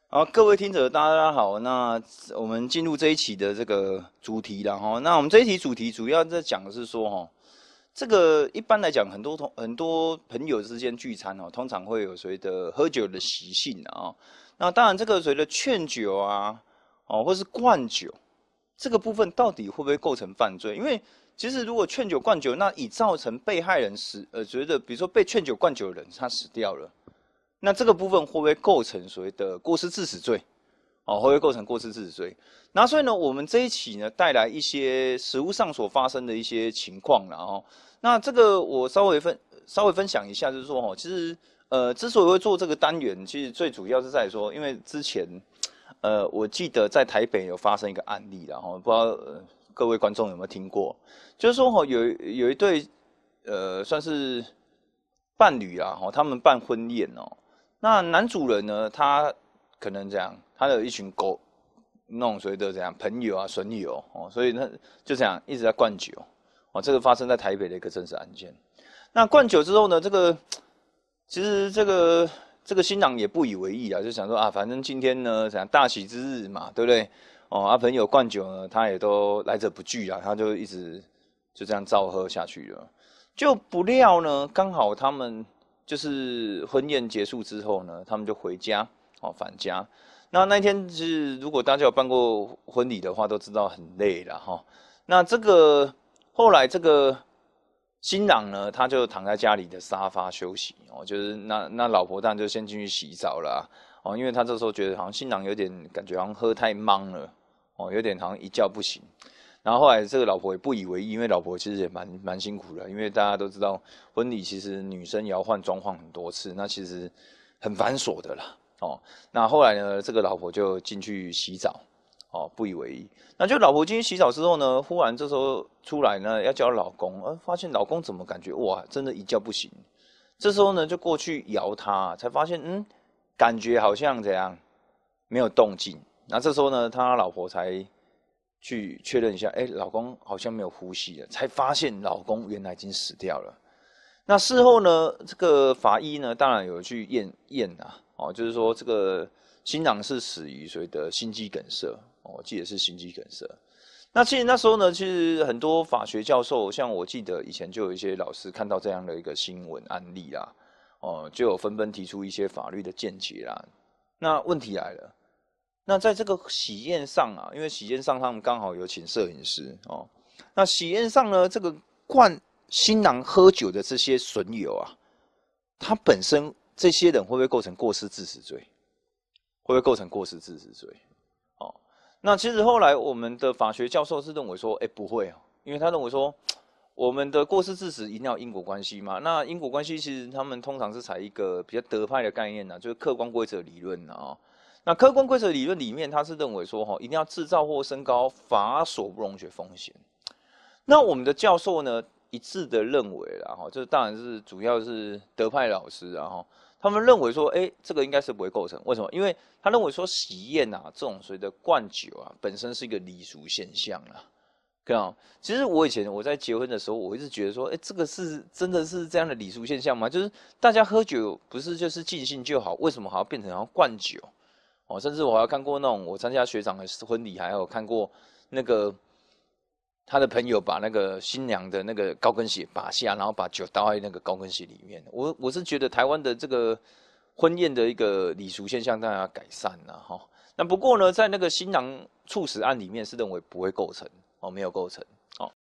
好，各位听者，大家好。那我们进入这一期的这个主题了哈。那我们这一期主题主要在讲的是说哈，这个一般来讲，很多朋友之间聚餐哦，通常会有所谓的喝酒的习性啊。那当然，这个所谓的劝酒啊，哦，或是灌酒，这个部分到底会不会构成犯罪？因为其实如果劝酒灌酒，那已造成被害人觉得比如说被劝酒灌酒的人他死掉了。那这个部分会不会构成所谓的过失致死罪？哦，会不会构成过失致死罪？那所以呢，我们这一期呢带来一些实务上所发生的一些情况了哦。那这个我稍微分享一下，就是说哦，其实之所以会做这个单元，其实最主要是在说，因为之前我记得在台北有发生一个案例啦，哈，不知道各位观众有没有听过？就是说哈，有一对算是伴侣啦，哈，他们办婚宴哦。那男主人呢，他可能这样，他有一群狗，那种所谓的这样朋友啊、损友哦，所以他就这样一直在灌酒哦。这个发生在台北的一个真实案件。那灌酒之后呢，其实这个新郎也不以为意啊，就想说啊，反正今天呢，怎样大喜之日嘛，对不对？哦，啊朋友灌酒呢，他也都来者不拒啊，他就一直就这样照喝下去了。就不料呢，刚好他们就是婚宴结束之后呢，他们就回家，哦，返家。那天是如果大家有办过婚礼的话，都知道很累了哈。那这个后来这个新郎呢，他就躺在家里的沙发休息哦，就是那老婆当然就先进去洗澡了哦，因为他这时候觉得好像新郎有点感觉好像喝太懵了哦，有点好像一觉不醒。然后后来这个老婆也不以为意，因为老婆其实也蛮辛苦的，因为大家都知道婚礼其实女生也要换装潢很多次，那其实很繁琐的啦。哦，那后来呢，这个老婆就进去洗澡，哦，不以为意。那就老婆进去洗澡之后呢，忽然这时候出来呢，要叫老公，发现老公怎么感觉哇，真的一觉不醒。这时候呢，就过去摇他，才发现感觉好像怎样没有动静。那这时候呢，他老婆才去确认一下，老公好像没有呼吸了，才发现老公原来已经死掉了。那事后呢，这个法医呢，当然有去验啊，哦，就是说这个新郎是死于所谓的心肌梗塞，哦，我记得是心肌梗塞。那其实那时候呢，其实很多法学教授，像我记得以前就有一些老师看到这样的一个新闻案例啦，哦，就有纷纷提出一些法律的见解啦。那问题来了。那在这个喜宴上啊，因为喜宴上他们刚好有请摄影师哦。那喜宴上呢，这个灌新郎喝酒的这些损友啊，他本身这些人会不会构成过失致死罪？会不会构成过失致死罪？哦，那其实后来我们的法学教授是认为说，不会哦，因为他认为说，我们的过失致死一定要因果关系嘛。那因果关系其实他们通常是采一个比较德派的概念呐，就是客观规则理论呐哦。那客观规则理论里面，他是认为说，一定要制造或升高法所不容许风险。那我们的教授呢，一致的认为啦，这当然是主要是德派老师啊，他们认为说，这个应该是不会构成。为什么？因为他认为说，喜宴啊，这种所谓的灌酒啊，本身是一个礼俗现象啦。对啊，其实我以前我在结婚的时候，我一直觉得说，这个是真的是这样的礼俗现象吗？就是大家喝酒不是就是尽兴就好，为什么还要变成要灌酒？哦，甚至我还有看过那种我参加学长的婚礼，还有看过那个他的朋友把那个新娘的那个高跟鞋拔下，然后把酒倒在那个高跟鞋里面。我是觉得台湾的这个婚宴的一个礼俗现象，当然要改善了哈。那不过呢，在那个新郎猝死案里面是认为不会构成哦，没有构成哦。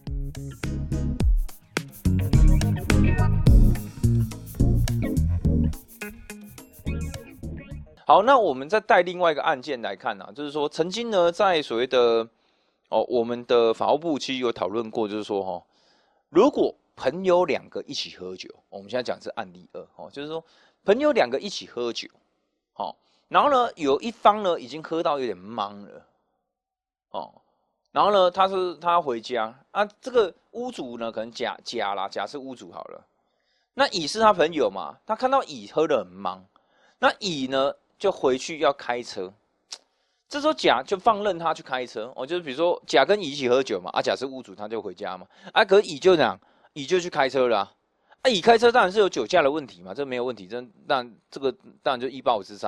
好，那我们再带另外一个案件来看啊，就是说曾经呢，在所谓的我们的法务部其实有讨论过，就是说如果朋友两个一起喝酒，我们现在讲是案例2就是说朋友两个一起喝酒，然后呢有一方呢已经喝到有点懵了，然后呢他回家啊，这个屋主呢可能甲是屋主好了，那乙是他朋友嘛，他看到乙喝得很懵，那乙呢就回去要开车，这时候甲就放任他去开车就是比如说甲跟乙一起喝酒嘛，甲是屋主，他就回家嘛，可是乙就这样，乙就去开车了乙开车当然是有酒驾的问题嘛，这没有问题，这个当然就依报之三，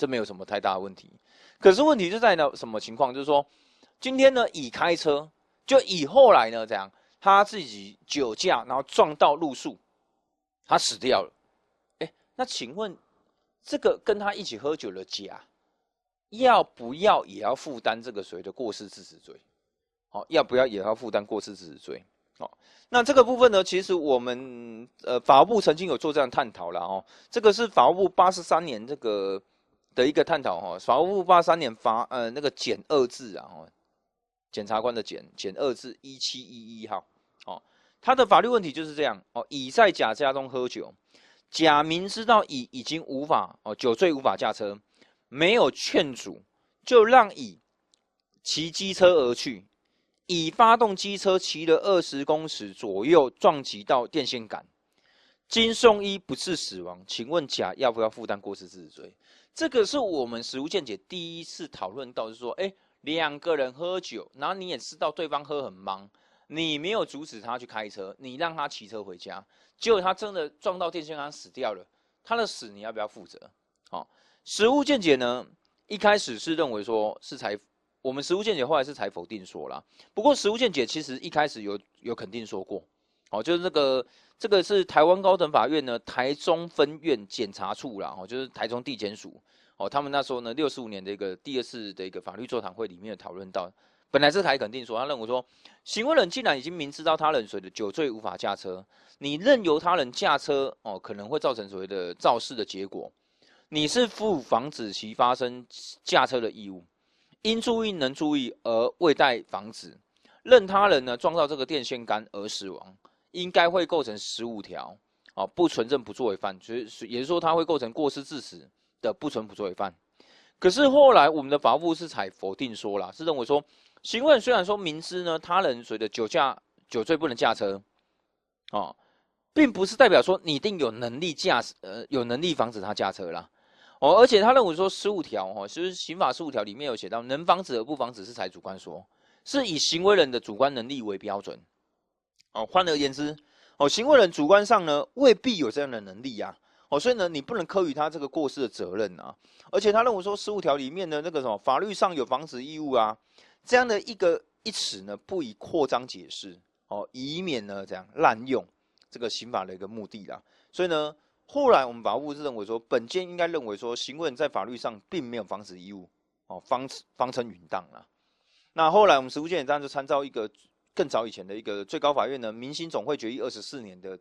这没有什么太大的问题。可是问题就在呢什么情况？就是说，今天呢乙开车，就乙后来呢这样，他自己酒驾，然后撞到路树，他死掉了。那请问这个跟他一起喝酒的甲，要不要也要负担这个所谓的过失致死罪？好，要不要也要负担过失致死罪？好，那这个部分呢，其实我们法务部曾经有做这样探讨了哦。这个是法务部83年这个的一个探讨哈。法务部83年那个检2字啊，检察官的检2字1711号。哦，他的法律问题就是这样哦。乙在甲家中喝酒，甲明知道乙已经无法酒醉无法驾车，没有劝阻，就让乙骑机车而去。乙发动机车骑了20公尺左右，撞击到电线杆，经送医不治死亡。请问甲要不要负担过失致死罪？这个是我们实务见解第一次讨论到，就是说，两个人喝酒，然后你也知道对方喝很忙，你没有阻止他去开车，你让他骑车回家，结果他真的撞到电线杆死掉了，他的死你要不要负责？好，实务见解呢，一开始是认为说是我们实务见解后来是才否定说啦。不过实务见解其实一开始有肯定说过，就是这个是台湾高等法院呢台中分院检察处啦，就是台中地检署，他们那时候呢65年的一个第2次的一个法律座谈会里面有讨论到，本来是才肯定说，他认为说行为人既然已经明知道他人所谓的酒醉无法驾车，你任由他人驾车可能会造成所谓的肇事的结果，你是负防止其发生驾车的义务。应注意能注意而未待防止，任他人呢撞到这个电线杆而死亡，应该会构成15条不存证不作为犯，也就是说他会构成过失致死的不存不作为犯。可是后来我们的法务部是采否定说啦，是认为说行为人虽然说明知呢他人随着酒醉不能驾车并不是代表说你一定有能力有能力防止他驾车啦。而且他认为说15条就是刑法15条里面有写到，能防止而不防止是采主观说，是以行为人的主观能力为标准。换而言之，行为人主观上呢未必有这样的能力啊，所以呢你不能科予他这个过失的责任啊。而且他认为说15条里面的那个什么法律上有防止义务啊，这样的一词呢不宜扩张解释以免呢这样滥用这个刑法的一个目的啦。所以呢。后来我们法务部是认为说，本件应该认为说，行为人在法律上并没有防止义务，方称允当啦。那后来我们实务见解当然就参照一个更早以前的一个最高法院的民刑总会决议24年的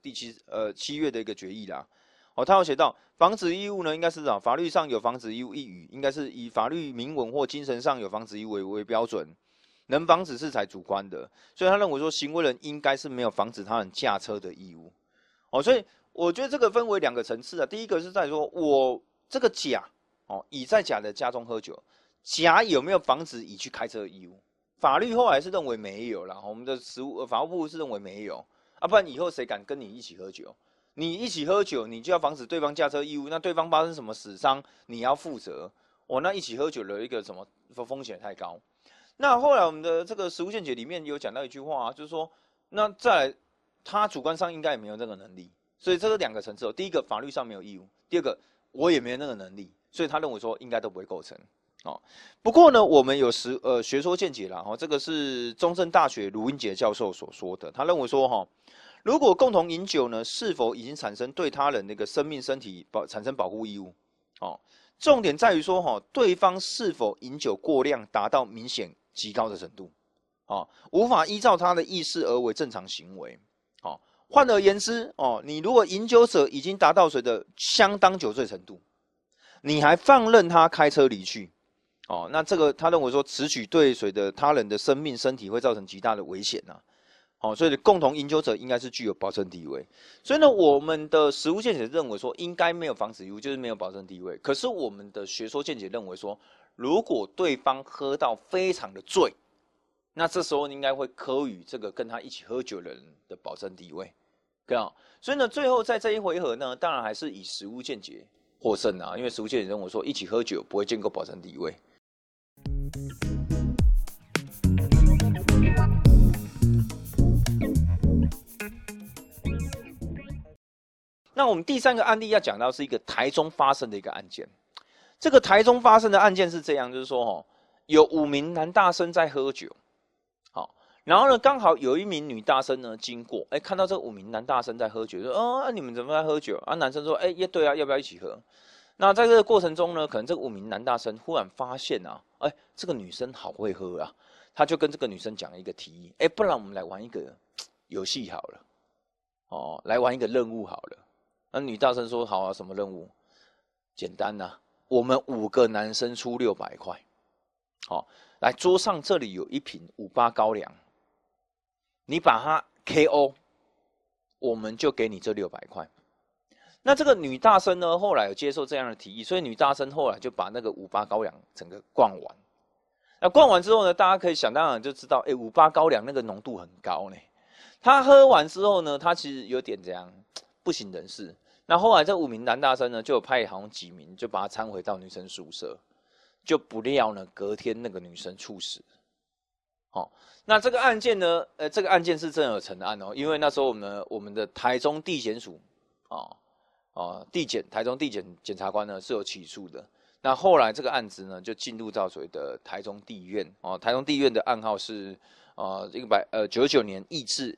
7月的一个决议啦。他有写到，防止义务呢，应该是法律上有防止义务一语，应该是以法律明文或精神上有防止义务为标准，能防止是才主观的。所以他认为说，行为人应该是没有防止他人驾车的义务。所以。我觉得这个分为2个层次啊。第一个是在说，我这个甲乙在甲的家中喝酒，甲有没有防止乙去开车的义务？法律后来是认为没有啦，我们的法务部是认为没有啊，不然以后谁敢跟你一起喝酒？你一起喝酒，你就要防止对方驾车义务，那对方发生什么死伤，你要负责。那一起喝酒的一个什么风险太高。那后来我们的这个实务见解里面有讲到一句话就是说，那再来他主观上应该也没有这个能力。所以这是2个层次第一个法律上没有义务，第二个我也没有那个能力，所以他认为说应该都不会构成。不过呢，我们有学说见解啦，这个是中正大学卢英杰教授所说的，他认为说如果共同饮酒呢，是否已经产生对他人的一个生命身体产生保护义务？重点在于说对方是否饮酒过量达到明显极高的程度，无法依照他的意识而为正常行为。换而言之，你如果饮酒者已经达到谁的相当酒醉程度，你还放任他开车离去，那这个他认为说此举对谁的他人的生命身体会造成极大的危险所以共同饮酒者应该是具有保证地位。所以呢，我们的实务见解认为说应该没有防止义务，就是没有保证地位。可是我们的学说见解认为说，如果对方喝到非常的醉，那这时候应该会科予这个跟他一起喝酒的人的保证地位。所以呢，最后在这一回合呢，当然还是以实务见解获胜啊，因为实务见解认为说一起喝酒不会建构保证地位。那我们第3个案例要讲到是一个台中发生的一个案件。 这个台中发生的案件是这样，就是说哦，有5名男大生在喝酒，好，然后呢，刚好有1名女大生呢经过，哎，看到这5名男大生在喝酒，说哦，你们怎么在喝酒？啊，男生说，哎，对啊，要不要一起喝？那在这个过程中呢，可能这5名男大生忽然发现啊，哎，这个女生好会喝啊，他就跟这个女生讲了一个提议，哎，不然我们来玩一个游戏好了，哦，来玩一个任务好了。那女大生说，好啊，什么任务？简单呐、我们5个男生出600块，好，来桌上这里有一瓶58高粱，你把它 KO， 我们就给你这600块。那这个女大生呢，后来有接受这样的提议，所以女大生后来就把那个58高粱整个灌完。那灌完之后呢，大家可以想当然就知道，哎，58高粱那个浓度很高呢。他喝完之后呢，他其实有点这样不省人事。那后来这5名男大生呢，就有派好像几名就把他搀回到女生宿舍，就不料呢，隔天那个女生猝死。哦，那这个案件呢，这个案件是真的有成案哦，因为那时候我们的台中地检署台中地检检察官呢是有起诉的。那后来这个案子呢就进入到所谓的台中地院哦，台中地院的案号是99年易字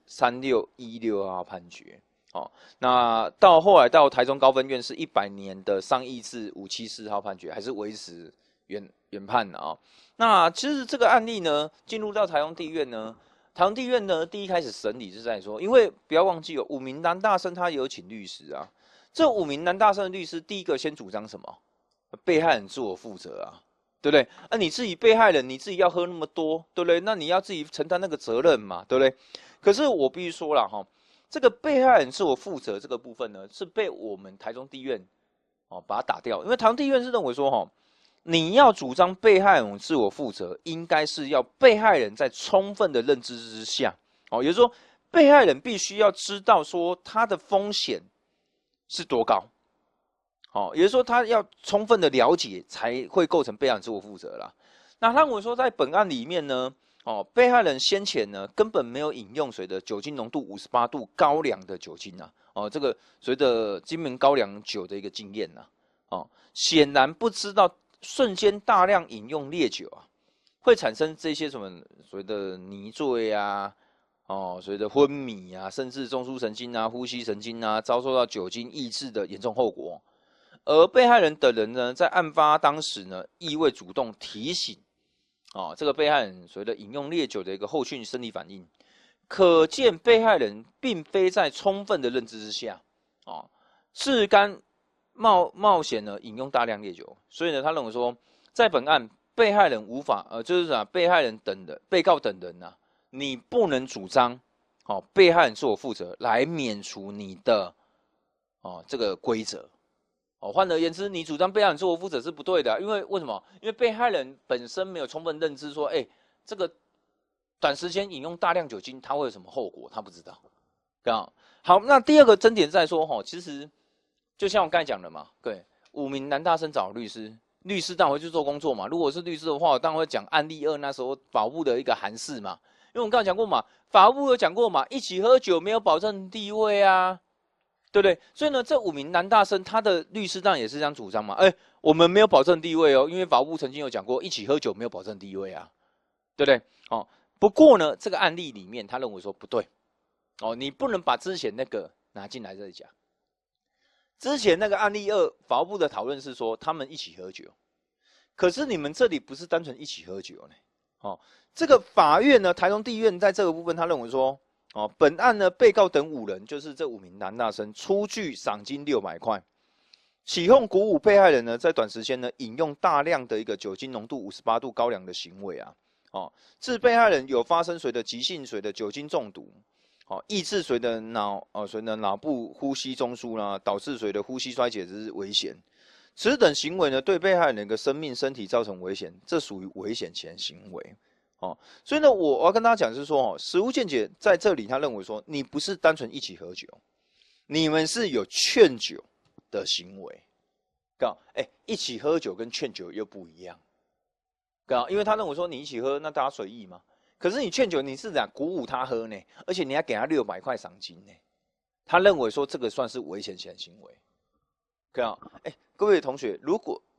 3616号判决哦。那到后来到台中高分院是100年的上易字574号判决，还是维持原判的啊、哦。那其实这个案例呢进入到台中地院呢。台中地院呢，第一开始审理是在说，因为不要忘记有5名男大生，他有请律师啊。这5名男大生的律师，第一个先主张什么？被害人自我负责啊，对不对？啊，你自己被害人，你自己要喝那么多，对不对？那你要自己承担那个责任嘛，对不对？可是我必须说了哈，这个被害人自我负责这个部分呢，是被我们台中地院把它打掉，因为台中地院是认为说哈。你要主张被害人自我负责，应该是要被害人在充分的认知之下，也就是说，被害人必须要知道说他的风险是多高，也就是说他要充分的了解才会构成被害人自我负责啦。那他认为说在本案里面呢，被害人先前呢根本没有饮用水的酒精浓度58度高粱的酒精啊，这个所谓的金门高粱酒的一个经验呐，显然不知道。瞬间大量饮用烈酒啊，会产生这些什么所谓的泥醉啊，所谓的昏迷啊，甚至中枢神经啊、呼吸神经啊，遭受到酒精抑制的严重后果。而被害人等人呢，在案发当时呢，亦未主动提醒这个被害人所谓的饮用烈酒的一个后续生理反应，可见被害人并非在充分的认知之下自甘。冒险呢饮用大量烈酒，所以呢，他认为说，在本案被害人无法就是被害人等的被告等人你不能主张被害人自我负责来免除你的这个规则换而言之，你主张被害人自我负责是不对的，因为为什么？因为被害人本身没有充分认知说，这个短时间饮用大量酒精，它会有什么后果，他不知道。好，那第二个争点在说其实。就像我刚才讲的嘛，对，5名男大生找律师，律师当然会去做工作嘛。如果是律师的话，我当然会讲案例2那时候法务部的一个函释嘛，因为我们刚才讲过嘛，法务部有讲过嘛，一起喝酒没有保证地位啊，对不对？所以呢，这5名男大生他的律师当然也是这样主张嘛，我们没有保证地位哦，因为法务部曾经有讲过，一起喝酒没有保证地位啊，对不对？不过呢，这个案例里面他认为说不对，你不能把之前那个拿进来这里讲。之前那个案例2，法务部的讨论是说他们一起喝酒，可是你们这里不是单纯一起喝酒呢，这个法院呢，台中地院在这个部分，他认为说，本案呢，被告等5人，就是这5名男大生，出具赏金600块，起哄鼓舞被害人呢，在短时间呢，饮用大量的一个酒精浓度58度高粱的行为致被害人有发生随着急性水的酒精中毒。抑制随着脑部呼吸中枢啦，导致随着呼吸衰竭之危险。此等行为呢，对被害人的一个生命身体造成危险，这属于危险前行为。所以呢，我要跟大家讲是说，实务见解在这里，他认为说，你不是单纯一起喝酒，你们是有劝酒的行为。一起喝酒跟劝酒又不一样。因为他认为说，你一起喝，那大家随意嘛。可是你劝酒，你是讲鼓舞他喝呢，而且你还给他600块赏金呢。他认为说这个算是危险前行为。各位同学，如果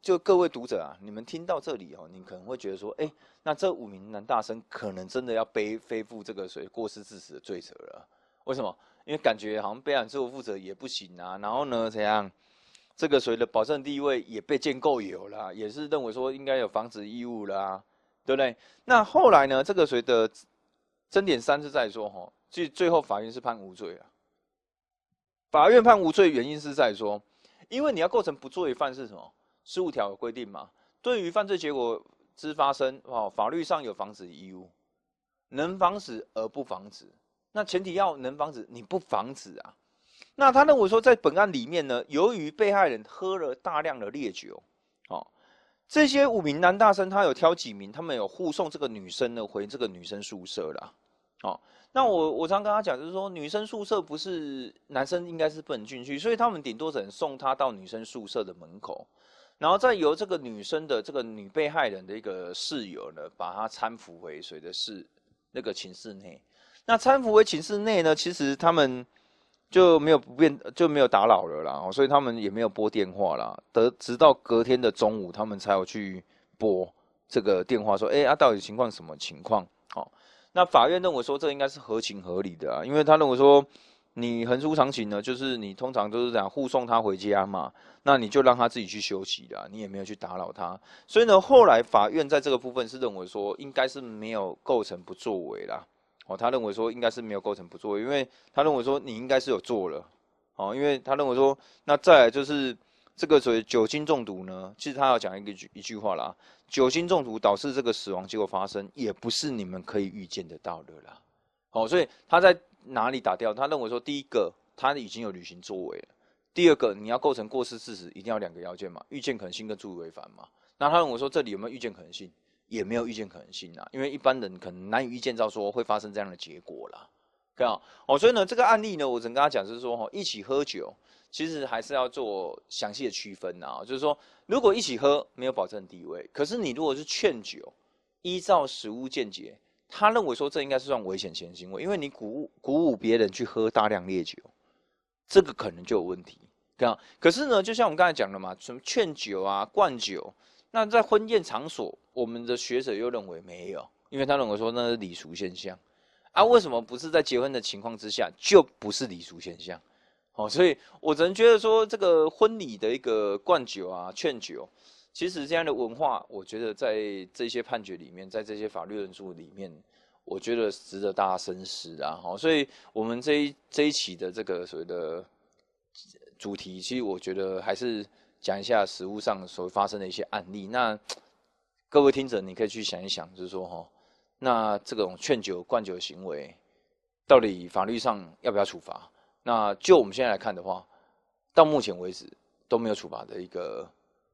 就各位读者啊，你们听到这里哦，你可能会觉得说，哎，那这5名男大生可能真的要背负这个过失致死的罪责了。为什么？因为感觉好像备案事务负责也不行啊，然后呢，怎样？这个的保证地位也被建构有啦，也是认为说应该有防止义务啦，对不对？那后来呢，这个的争点3是在说，哈，最后法院是判无罪啊。法院判无罪原因是在说，因为你要构成不作为犯是什么？15条有规定嘛，对于犯罪结果之发生，哦，法律上有防止义务，能防止而不防止。那前提要能防止，你不防止啊。那他认为说，在本案里面呢，由于被害人喝了大量的烈酒，哦，这些5名男大生他有挑几名，他们有护送这个女生呢回这个女生宿舍啦，哦。那我常跟他讲，就是说女生宿舍不是男生应该是不能进去，所以他们顶多只能送她到女生宿舍的门口，然后再由这个女生的这个女被害人的一个室友呢，把她搀扶回谁的那个寝室内。那搀扶回寝室内呢，其实他们就没有打扰了啦，所以他们也没有拨电话啦。直到隔天的中午，他们才有去拨这个电话说，到底情况什么情况？好。那法院认为说这应该是合情合理的啊，因为他认为说你横出常情呢，就是你通常都是这样护送他回家嘛，那你就让他自己去休息啦，你也没有去打扰他，所以呢，后来法院在这个部分是认为说应该是没有构成不作为啦，哦，他认为说应该是没有构成不作为，因为他认为说你应该是有做了，哦，因为他认为说那再来就是这个所谓酒精中毒呢，其实他要讲一句话啦。酒精中毒导致这个死亡结果发生，也不是你们可以预见得到的啦。好，所以他在哪里打掉？他认为说，第一个他已经有履行作为了，第二个你要构成过失致死，一定要2个要件嘛，预见可能性跟注意违反嘛。那他认为说，这里有没有预见可能性？也没有预见可能性啊，因为一般人可能难以预见到说会发生这样的结果啦。看到哦，所以呢，这个案例呢，我只能跟他讲是说，一起喝酒，其实还是要做详细的区分啊，就是说。如果一起喝没有保证地位，可是你如果是劝酒，依照实务见解，他认为说这应该是算危险行为，因为你鼓舞别人去喝大量烈酒，这个可能就有问题。可是呢，就像我们刚才讲的嘛，什么劝酒啊、灌酒，那在婚宴场所，我们的学者又认为没有，因为他认为说那是礼俗现象啊，为什么不是在结婚的情况之下就不是礼俗现象？哦，所以我只能觉得说，这个婚礼的一个灌酒啊、劝酒，其实这样的文化，我觉得在这些判决里面，在这些法律论述里面，我觉得值得大家深思啊。好，所以我们这一期的这个所谓的主题，其实我觉得还是讲一下实务上所发生的一些案例。那各位听者，你可以去想一想，就是说哈，那这种劝酒、灌酒行为，到底法律上要不要处罚？那就我们现在来看的话，到目前为止都没有处罚的一个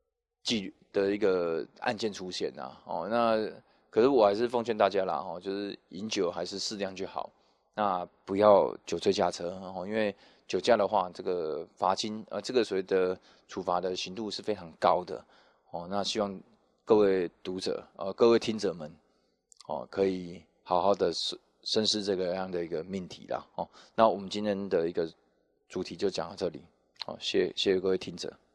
案件出现啊。哦，那可是我还是奉劝大家啦，哦，就是饮酒还是适量就好，那不要酒醉驾车哦，因为酒驾的话，这个罚金这个所谓的处罚的刑度是非常高的哦。那希望各位读者各位听者们哦，可以好好的深思这个样的一个命题啦。哦，那我们今天的一个主题就讲到这里。好，谢谢各位听者。